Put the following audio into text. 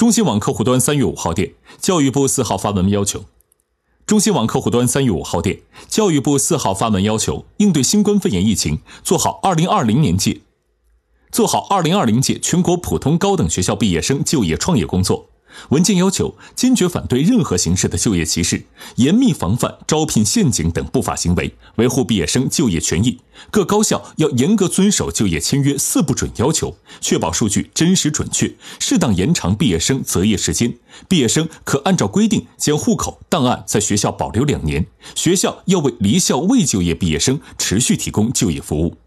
中新网客户端3月5号电，教育部4号发文要求，中新网客户端3月5号电，教育部4号发文要求，应对新冠肺炎疫情，做好2020届全国普通高等学校毕业生就业创业工作。文件要求，坚决反对任何形式的就业歧视，严密防范招聘陷阱等不法行为，维护毕业生就业权益。各高校要严格遵守就业签约4不准要求，确保数据真实准确，适当延长毕业生择业时间。毕业生可按照规定将户口档案在学校保留2年，学校要为离校未就业毕业生持续提供就业服务。